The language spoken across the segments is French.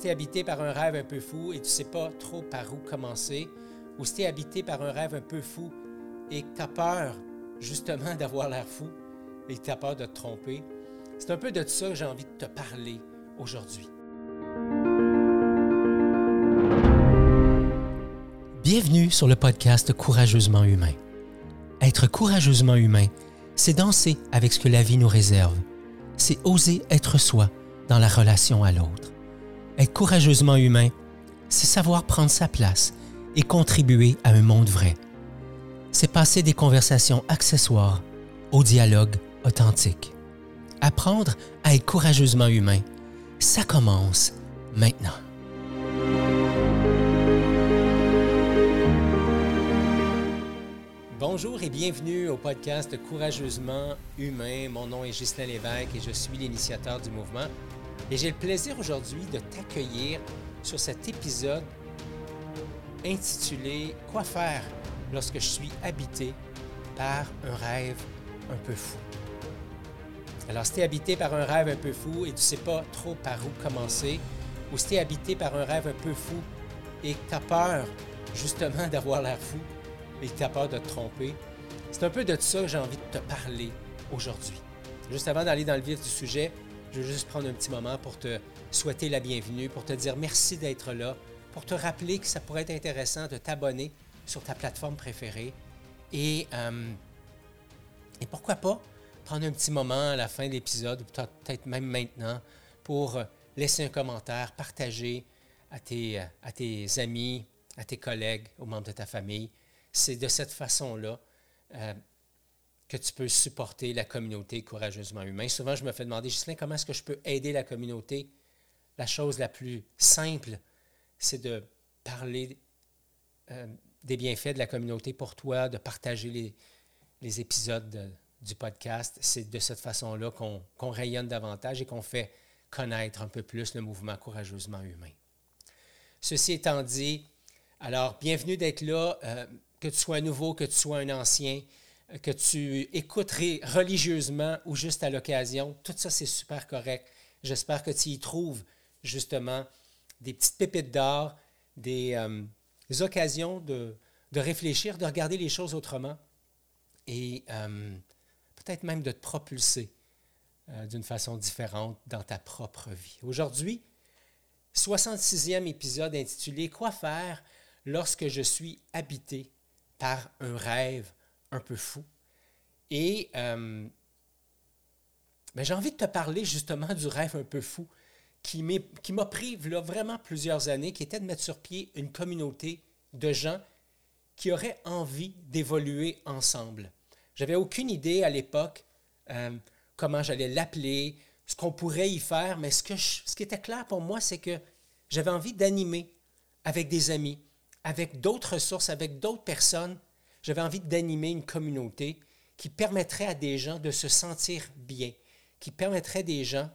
tu es habité par un rêve un peu fou et tu ne sais pas trop par où commencer, ou si tu es habité par un rêve un peu fou et que tu as peur justement d'avoir l'air fou et que tu as peur de te tromper, c'est un peu de ça que j'ai envie de te parler aujourd'hui. Bienvenue sur le podcast Courageusement humain. Être courageusement humain, c'est danser avec ce que la vie nous réserve. C'est oser être soi dans la relation à l'autre. Être courageusement humain, c'est savoir prendre sa place et contribuer à un monde vrai. C'est passer des conversations accessoires au dialogue authentique. Apprendre à être courageusement humain, ça commence maintenant. Bonjour et bienvenue au podcast Courageusement humain. Mon nom est Ghislain Lévesque et je suis l'initiateur du mouvement. Et j'ai le plaisir aujourd'hui de t'accueillir sur cet épisode intitulé « Quoi faire lorsque je suis habité par un rêve un peu fou ». Alors, si tu es habité par un rêve un peu fou et tu ne sais pas trop par où commencer, ou si tu es habité par un rêve un peu fou et que tu as peur justement d'avoir l'air fou et que tu as peur de te tromper, c'est un peu de ça que j'ai envie de te parler aujourd'hui. Juste avant d'aller dans le vif du sujet, je veux juste prendre un petit moment pour te souhaiter la bienvenue, pour te dire merci d'être là, pour te rappeler que ça pourrait être intéressant de t'abonner sur ta plateforme préférée et pourquoi pas prendre un petit moment à la fin de l'épisode, ou peut-être même maintenant, pour laisser un commentaire, partager à tes amis, à tes collègues, aux membres de ta famille. C'est de cette façon-là que tu peux supporter la communauté Courageusement humain. Souvent, je me fais demander, Ghislain, comment est-ce que je peux aider la communauté? La chose la plus simple, c'est de parler des bienfaits de la communauté pour toi, de partager les épisodes du podcast. C'est de cette façon-là qu'on rayonne davantage et qu'on fait connaître un peu plus le mouvement Courageusement humain. Ceci étant dit, alors, bienvenue d'être là, que tu sois nouveau, que tu sois un ancien, que tu écoutes religieusement ou juste à l'occasion. Tout ça, c'est super correct. J'espère que tu y trouves justement des petites pépites d'or, des occasions de réfléchir, de regarder les choses autrement et peut-être même de te propulser d'une façon différente dans ta propre vie. Aujourd'hui, 66e épisode intitulé « Quoi faire lorsque je suis habité par un rêve un peu fou ». Et j'ai envie de te parler justement du rêve un peu fou qui m'a pris là, vraiment plusieurs années, qui était de mettre sur pied une communauté de gens qui auraient envie d'évoluer ensemble. J'avais aucune idée à l'époque comment j'allais l'appeler, ce qu'on pourrait y faire, mais ce qui était clair pour moi, c'est que j'avais envie d'animer avec des amis, avec d'autres ressources, avec d'autres personnes. J'avais envie d'animer une communauté qui permettrait à des gens de se sentir bien, qui permettrait à des gens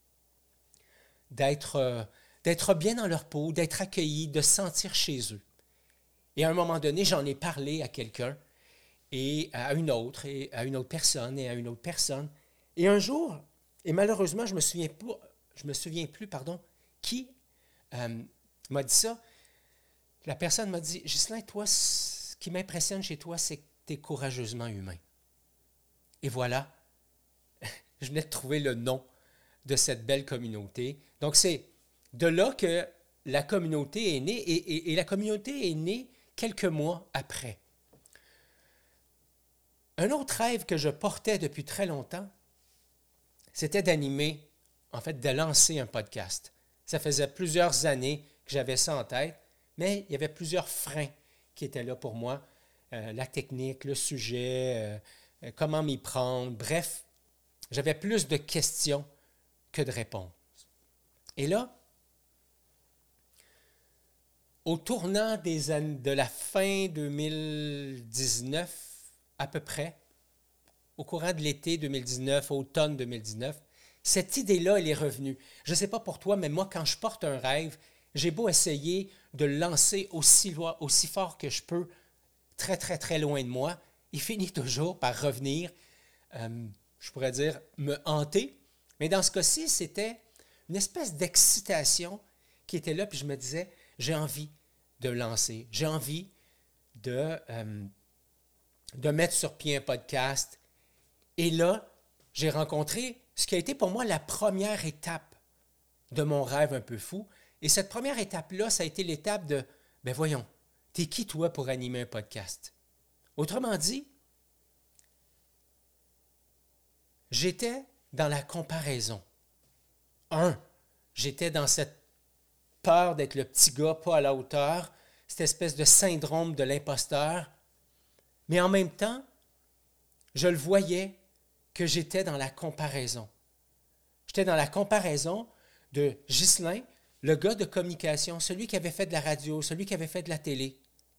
d'être bien dans leur peau, d'être accueillis, de se sentir chez eux. Et à un moment donné, j'en ai parlé à quelqu'un, et à une autre personne, et à une autre personne. Et un jour, et malheureusement, je me souviens plus, qui m'a dit ça. La personne m'a dit, « Ghislain, toi, ce qui m'impressionne chez toi, c'est que tu es courageusement humain. » Et voilà, je venais de trouver le nom de cette belle communauté. Donc, c'est de là que la communauté est née, et la communauté est née quelques mois après. Un autre rêve que je portais depuis très longtemps, c'était d'animer, en fait, de lancer un podcast. Ça faisait plusieurs années que j'avais ça en tête, mais il y avait plusieurs freins qui étaient là pour moi. La technique, le sujet, comment m'y prendre. Bref, j'avais plus de questions que de réponses. Et là, au tournant de la fin 2019, à peu près, au courant de l'été 2019, automne 2019, cette idée-là, elle est revenue. Je ne sais pas pour toi, mais moi, quand je porte un rêve, j'ai beau essayer de le lancer aussi fort que je peux, très, très, très loin de moi, il finit toujours par revenir, je pourrais dire, me hanter. Mais dans ce cas-ci, c'était une espèce d'excitation qui était là, puis je me disais, j'ai envie de lancer, j'ai envie de mettre sur pied un podcast. Et là, j'ai rencontré ce qui a été pour moi la première étape de mon rêve un peu fou. Et cette première étape-là, ça a été l'étape de, ben voyons, t'es qui toi pour animer un podcast? Autrement dit, j'étais dans la comparaison. J'étais dans cette peur d'être le petit gars pas à la hauteur, cette espèce de syndrome de l'imposteur. Mais en même temps, je le voyais que j'étais dans la comparaison. J'étais dans la comparaison de Ghislain, le gars de communication, celui qui avait fait de la radio, celui qui avait fait de la télé.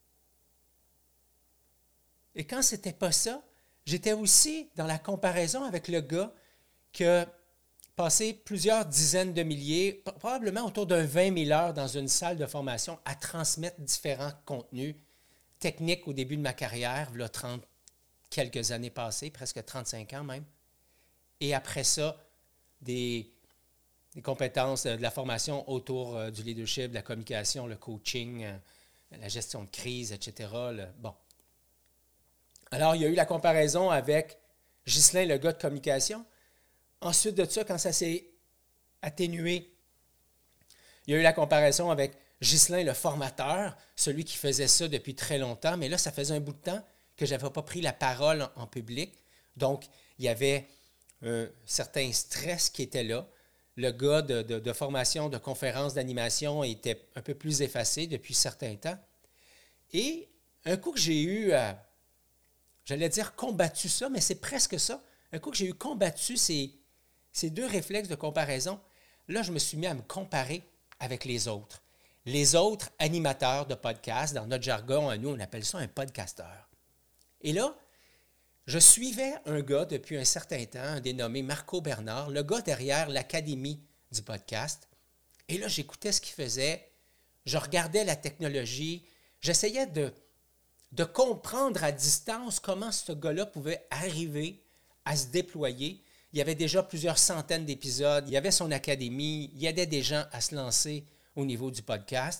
Et quand ce n'était pas ça, j'étais aussi dans la comparaison avec le gars qui a passé plusieurs dizaines de milliers, probablement autour de 20 000 heures dans une salle de formation à transmettre différents contenus techniques au début de ma carrière, il y a 30 quelques années passées, presque 35 ans même. Et après ça, des compétences de la formation autour du leadership, de la communication, le coaching, la gestion de crise, etc. Bon. Alors, il y a eu la comparaison avec Ghislain, le gars de communication. Ensuite de ça, quand ça s'est atténué, il y a eu la comparaison avec Ghislain, le formateur, celui qui faisait ça depuis très longtemps. Mais là, ça faisait un bout de temps que je n'avais pas pris la parole en public. Donc, il y avait un certain stress qui était là. Le gars de formation, de conférence, d'animation était un peu plus effacé depuis certains temps. Et un coup que j'ai eu, j'allais dire combattu ça, mais c'est presque ça. Un coup que j'ai eu combattu ces deux réflexes de comparaison, là, je me suis mis à me comparer avec les autres. Les autres animateurs de podcasts, dans notre jargon, nous, on appelle ça un podcasteur. Et là, je suivais un gars depuis un certain temps, un dénommé Marco Bernard, le gars derrière l'Académie du podcast. Et là, j'écoutais ce qu'il faisait, je regardais la technologie, j'essayais de comprendre à distance comment ce gars-là pouvait arriver à se déployer. Il y avait déjà plusieurs centaines d'épisodes, il y avait son académie, il y aidait des gens à se lancer au niveau du podcast.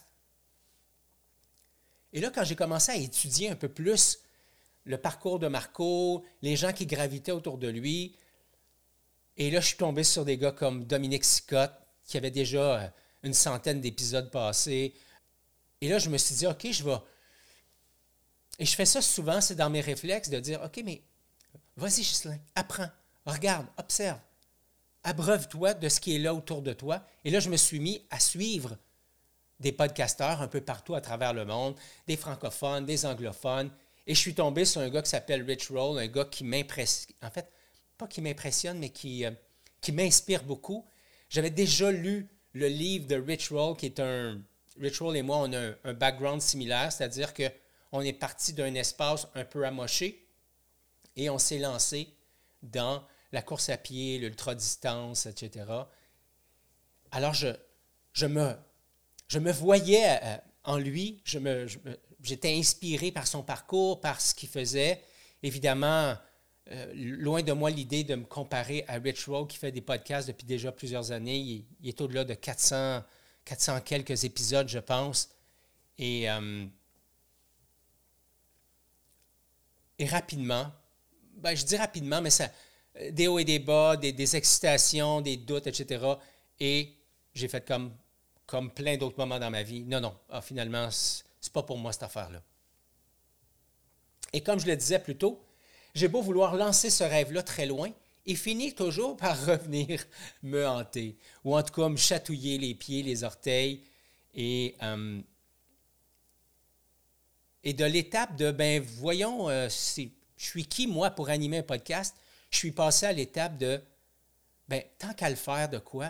Et là, quand j'ai commencé à étudier un peu plus le parcours de Marco, les gens qui gravitaient autour de lui. Et là, je suis tombé sur des gars comme Dominique Sicotte, qui avait déjà une centaine d'épisodes passés. Et là, je me suis dit, OK, je vais... Et je fais ça souvent, c'est dans mes réflexes, de dire, OK, mais vas-y, Ghislain, apprends, regarde, observe, abreuve-toi de ce qui est là autour de toi. Et là, je me suis mis à suivre des podcasteurs un peu partout à travers le monde, des francophones, des anglophones. Et je suis tombé sur un gars qui s'appelle Rich Roll, un gars qui m'impressionne, en fait, pas qui m'impressionne, mais qui m'inspire beaucoup. J'avais déjà lu le livre de Rich Roll, qui est un... Rich Roll et moi, on a un background similaire, c'est-à-dire qu'on est parti d'un espace un peu amoché et on s'est lancé dans la course à pied, l'ultra-distance, etc. Alors, je me voyais en lui, j'étais inspiré par son parcours, par ce qu'il faisait. Évidemment, loin de moi l'idée de me comparer à Rich Roll qui fait des podcasts depuis déjà plusieurs années. Il est au-delà de 400 quelques épisodes, je pense. Et rapidement, je dis rapidement, mais ça, des hauts et des bas, des excitations, des doutes, etc. Et j'ai fait comme plein d'autres moments dans ma vie. Non, finalement, c'est pas pour moi cette affaire-là. Et comme je le disais plus tôt, j'ai beau vouloir lancer ce rêve-là très loin, il finit toujours par revenir me hanter, ou en tout cas me chatouiller les pieds, les orteils, et de l'étape de, voyons, je suis qui, moi, pour animer un podcast? Je suis passé à l'étape de, tant qu'à faire de quoi,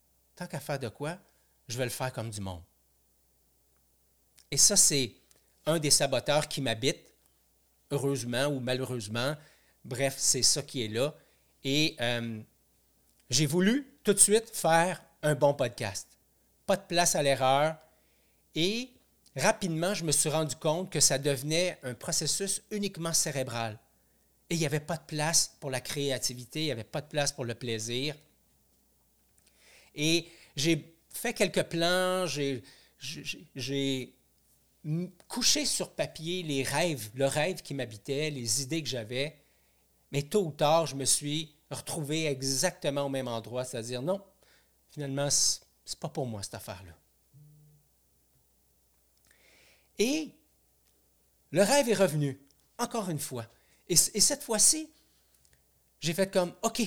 je vais le faire comme du monde. Et ça, c'est un des saboteurs qui m'habite, heureusement ou malheureusement. Bref, c'est ça qui est là. Et j'ai voulu tout de suite faire un bon podcast. Pas de place à l'erreur. Et rapidement, je me suis rendu compte que ça devenait un processus uniquement cérébral. Et il n'y avait pas de place pour la créativité, il n'y avait pas de place pour le plaisir. Et j'ai fait quelques plans, j'ai couché sur papier le rêve qui m'habitait, les idées que j'avais, mais tôt ou tard, je me suis retrouvé exactement au même endroit, c'est-à-dire non, finalement, c'est pas pour moi cette affaire-là. Et le rêve est revenu, encore une fois. Et cette fois-ci, j'ai fait comme, OK,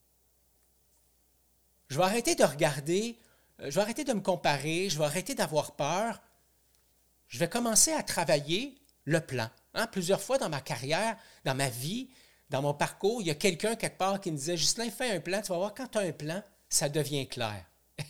je vais arrêter de regarder, je vais arrêter de me comparer, je vais arrêter d'avoir peur. Je vais commencer à travailler le plan. Plusieurs fois dans ma carrière, dans ma vie, dans mon parcours, il y a quelqu'un quelque part qui me disait, Ghislain, fais un plan, tu vas voir, quand tu as un plan, ça devient clair.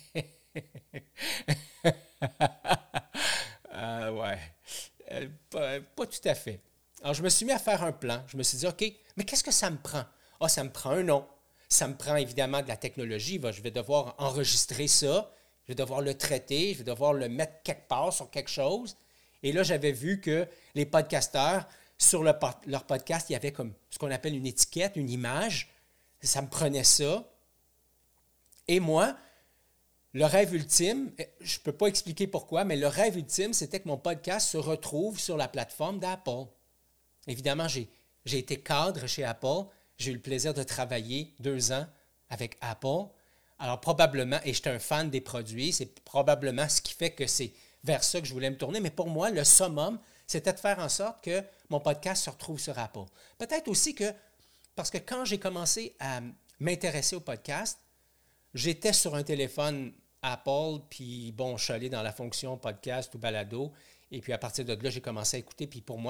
Ouais, pas tout à fait. Alors, je me suis mis à faire un plan. Je me suis dit, OK, mais qu'est-ce que ça me prend? Ah, ça me prend un nom. Ça me prend évidemment de la technologie. Je vais devoir enregistrer ça. Je vais devoir le traiter. Je vais devoir le mettre quelque part sur quelque chose. Et là, j'avais vu que les podcasteurs, sur leur podcast, il y avait comme ce qu'on appelle une étiquette, une image. Ça me prenait ça. Et moi, le rêve ultime, je ne peux pas expliquer pourquoi, mais le rêve ultime, c'était que mon podcast se retrouve sur la plateforme d'Apple. Évidemment, j'ai été cadre chez Apple. J'ai eu le plaisir de travailler 2 ans avec Apple. Alors probablement, et j'étais un fan des produits, c'est probablement ce qui fait que c'est vers ça que je voulais me tourner. Mais pour moi, le summum, c'était de faire en sorte que mon podcast se retrouve sur Apple. Peut-être aussi que, parce que quand j'ai commencé à m'intéresser au podcast, j'étais sur un téléphone Apple, puis bon, je suis allé dans la fonction podcast ou balado, et puis à partir de là, j'ai commencé à écouter, puis pour moi,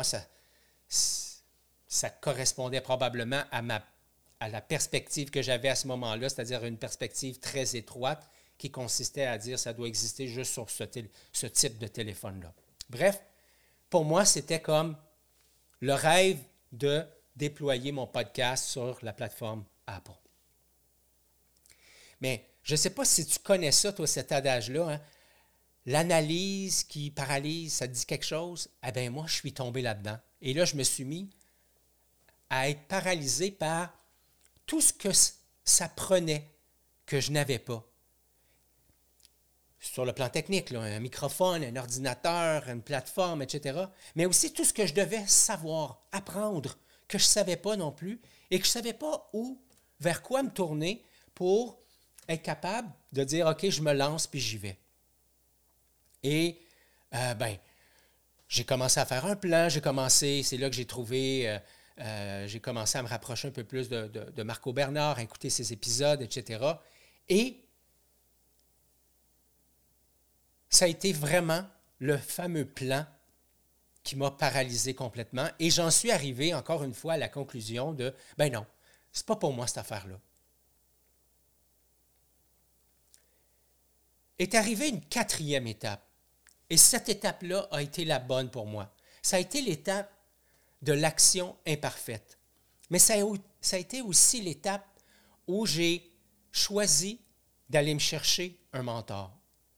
ça correspondait probablement à la perspective que j'avais à ce moment-là, c'est-à-dire une perspective très étroite qui consistait à dire que ça doit exister juste sur ce type de téléphone-là. Bref, pour moi, c'était comme le rêve de déployer mon podcast sur la plateforme Apple. Mais je ne sais pas si tu connais ça, toi, cet adage-là, hein? L'analyse qui paralyse, ça te dit quelque chose? Eh bien, moi, je suis tombé là-dedans. Et là, je me suis mis à être paralysé par tout ce que ça prenait que je n'avais pas. Sur le plan technique, là, un microphone, un ordinateur, une plateforme, etc. Mais aussi tout ce que je devais savoir, apprendre, que je ne savais pas non plus, et que je ne savais pas vers quoi me tourner pour être capable de dire, OK, je me lance, puis j'y vais. Et, j'ai commencé à faire un plan, c'est là que j'ai trouvé, j'ai commencé à me rapprocher un peu plus de Marco Bernard, à écouter ses épisodes, etc. Et ça a été vraiment le fameux plan qui m'a paralysé complètement. Et j'en suis arrivé, encore une fois, à la conclusion de, non, c'est pas pour moi cette affaire-là. Est arrivée une 4e étape. Et cette étape-là a été la bonne pour moi. Ça a été l'étape de l'action imparfaite. Mais ça a été aussi l'étape où j'ai choisi d'aller me chercher un mentor.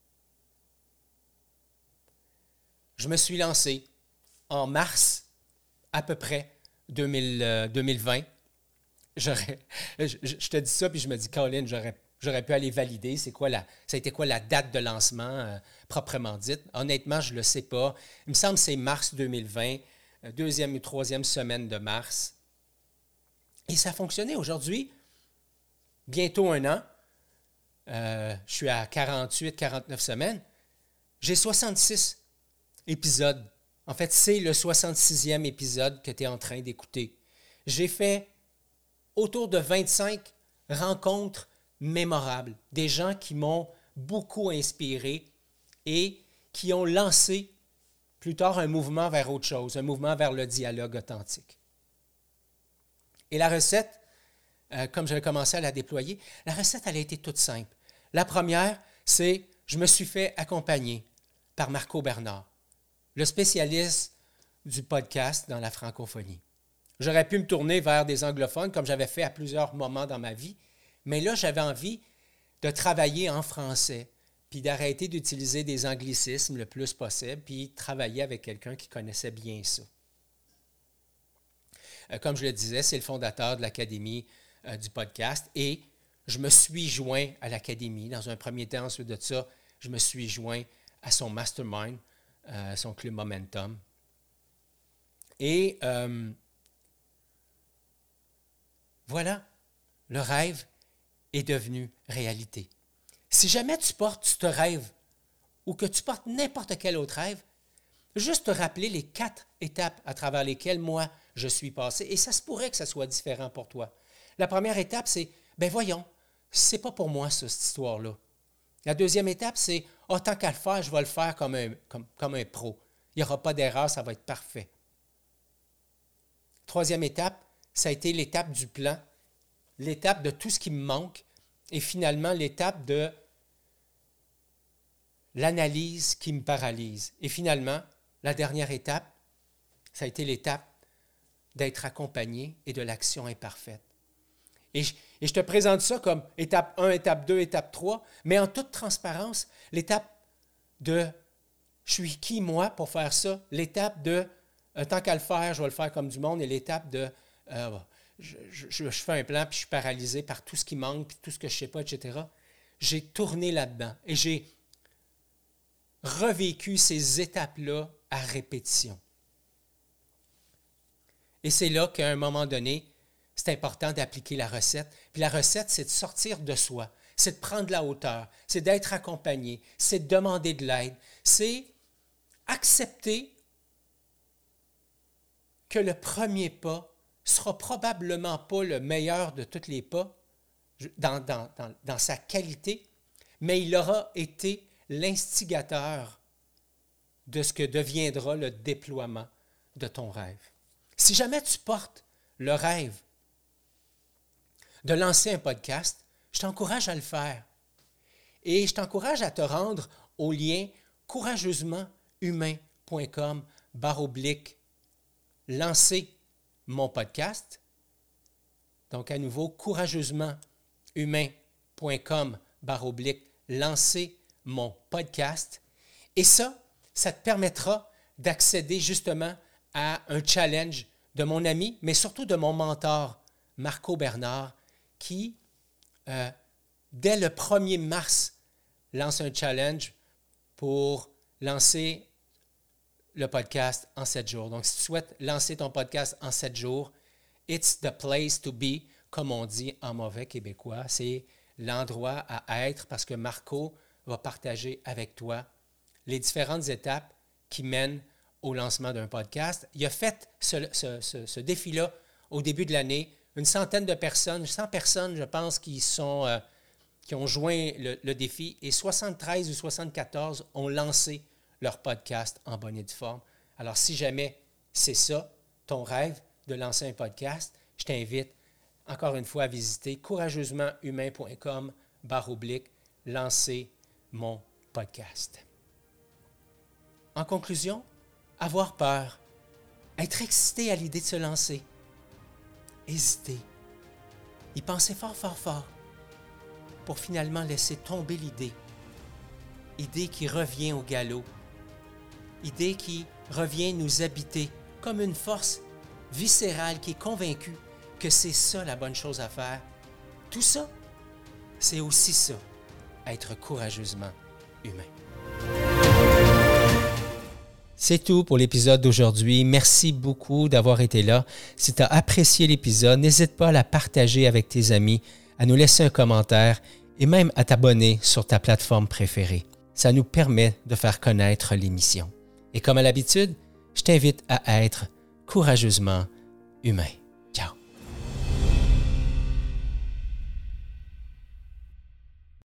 Je me suis lancé en mars, à peu près, 2020. Je te dis ça, puis je me dis, Colin, j'aurais pu aller valider ça a été quoi la date de lancement proprement dite. Honnêtement, je ne le sais pas. Il me semble que c'est mars 2020, 2e ou 3e semaine de mars. Et ça a fonctionné aujourd'hui, bientôt 1 an. Je suis à 48-49 semaines. J'ai 66 épisodes. En fait, c'est le 66e épisode que tu es en train d'écouter. J'ai fait autour de 25 rencontres mémorables, des gens qui m'ont beaucoup inspiré et qui ont lancé plus tard un mouvement vers autre chose, un mouvement vers le dialogue authentique. Et la recette, comme j'avais commencé à la déployer, la recette, elle a été toute simple. La première, c'est je me suis fait accompagner par Marco Bernard, le spécialiste du podcast dans la francophonie. J'aurais pu me tourner vers des anglophones, comme j'avais fait à plusieurs moments dans ma vie, mais là, j'avais envie de travailler en français, puis d'arrêter d'utiliser des anglicismes le plus possible, puis travailler avec quelqu'un qui connaissait bien ça. Comme je le disais, c'est le fondateur de l'Académie du podcast, et je me suis joint à l'Académie dans un premier temps. Ensuite de ça, je me suis joint à son mastermind, son club Momentum. Et voilà, le rêve est devenu réalité. Si jamais tu portes ce rêve ou que tu portes n'importe quel autre rêve, juste te rappeler les 4 étapes à travers lesquelles moi, je suis passé. Et ça se pourrait que ça soit différent pour toi. La première étape, c'est, voyons, c'est pas pour moi, ça, cette histoire-là. La deuxième étape, c'est, tant qu'à le faire, je vais le faire comme un pro. Il n'y aura pas d'erreur, ça va être parfait. Troisième étape, ça a été l'étape du plan, l'étape de tout ce qui me manque et finalement l'étape de l'analyse qui me paralyse. Et finalement, la dernière étape, ça a été l'étape d'être accompagné et de l'action imparfaite. Et je te présente ça comme étape 1, étape 2, étape 3, mais en toute transparence, l'étape de « je suis qui, moi, pour faire ça », l'étape de « tant qu'à le faire, je vais le faire comme du monde » et l'étape de je fais un plan puis je suis paralysé par tout ce qui manque, puis tout ce que je ne sais pas, etc. J'ai tourné là-dedans et j'ai revécu ces étapes-là à répétition. Et c'est là qu'à un moment donné, c'est important d'appliquer la recette. Puis la recette, c'est de sortir de soi, c'est de prendre la hauteur, c'est d'être accompagné, c'est de demander de l'aide, c'est accepter que le premier pas ne sera probablement pas le meilleur de tous les pas dans sa qualité, mais il aura été l'instigateur de ce que deviendra le déploiement de ton rêve. Si jamais tu portes le rêve de lancer un podcast, je t'encourage à le faire. Et je t'encourage à te rendre au lien courageusementhumain.com/lancer mon podcast. Donc, à nouveau, courageusementhumain.com/lancer mon podcast. Et ça te permettra d'accéder justement à un challenge de mon ami, mais surtout de mon mentor, Marco Bernard, qui, dès le 1er mars, lance un challenge pour lancer le podcast en 7 jours. Donc, si tu souhaites lancer ton podcast en 7 jours, it's the place to be, comme on dit en mauvais québécois. C'est l'endroit à être parce que Marco va partager avec toi les différentes étapes qui mènent au lancement d'un podcast. Il a fait ce défi-là au début de l'année. Une centaine de personnes, 100 personnes, je pense, qui ont joint le défi et 73 ou 74 ont lancé leur podcast en bonne et due forme. Alors, si jamais c'est ça, ton rêve de lancer un podcast, je t'invite encore une fois à visiter courageusementhumain.com/lancer mon podcast. En conclusion, avoir peur, être excité à l'idée de se lancer, hésiter, y penser fort, fort, fort, pour finalement laisser tomber l'idée. Idée qui revient au galop, idée qui revient nous habiter comme une force viscérale qui est convaincue que c'est ça la bonne chose à faire. Tout ça, c'est aussi ça, être courageusement humain. C'est tout pour l'épisode d'aujourd'hui. Merci beaucoup d'avoir été là. Si tu as apprécié l'épisode, n'hésite pas à la partager avec tes amis, à nous laisser un commentaire et même à t'abonner sur ta plateforme préférée. Ça nous permet de faire connaître l'émission. Et comme à l'habitude, je t'invite à être courageusement humain.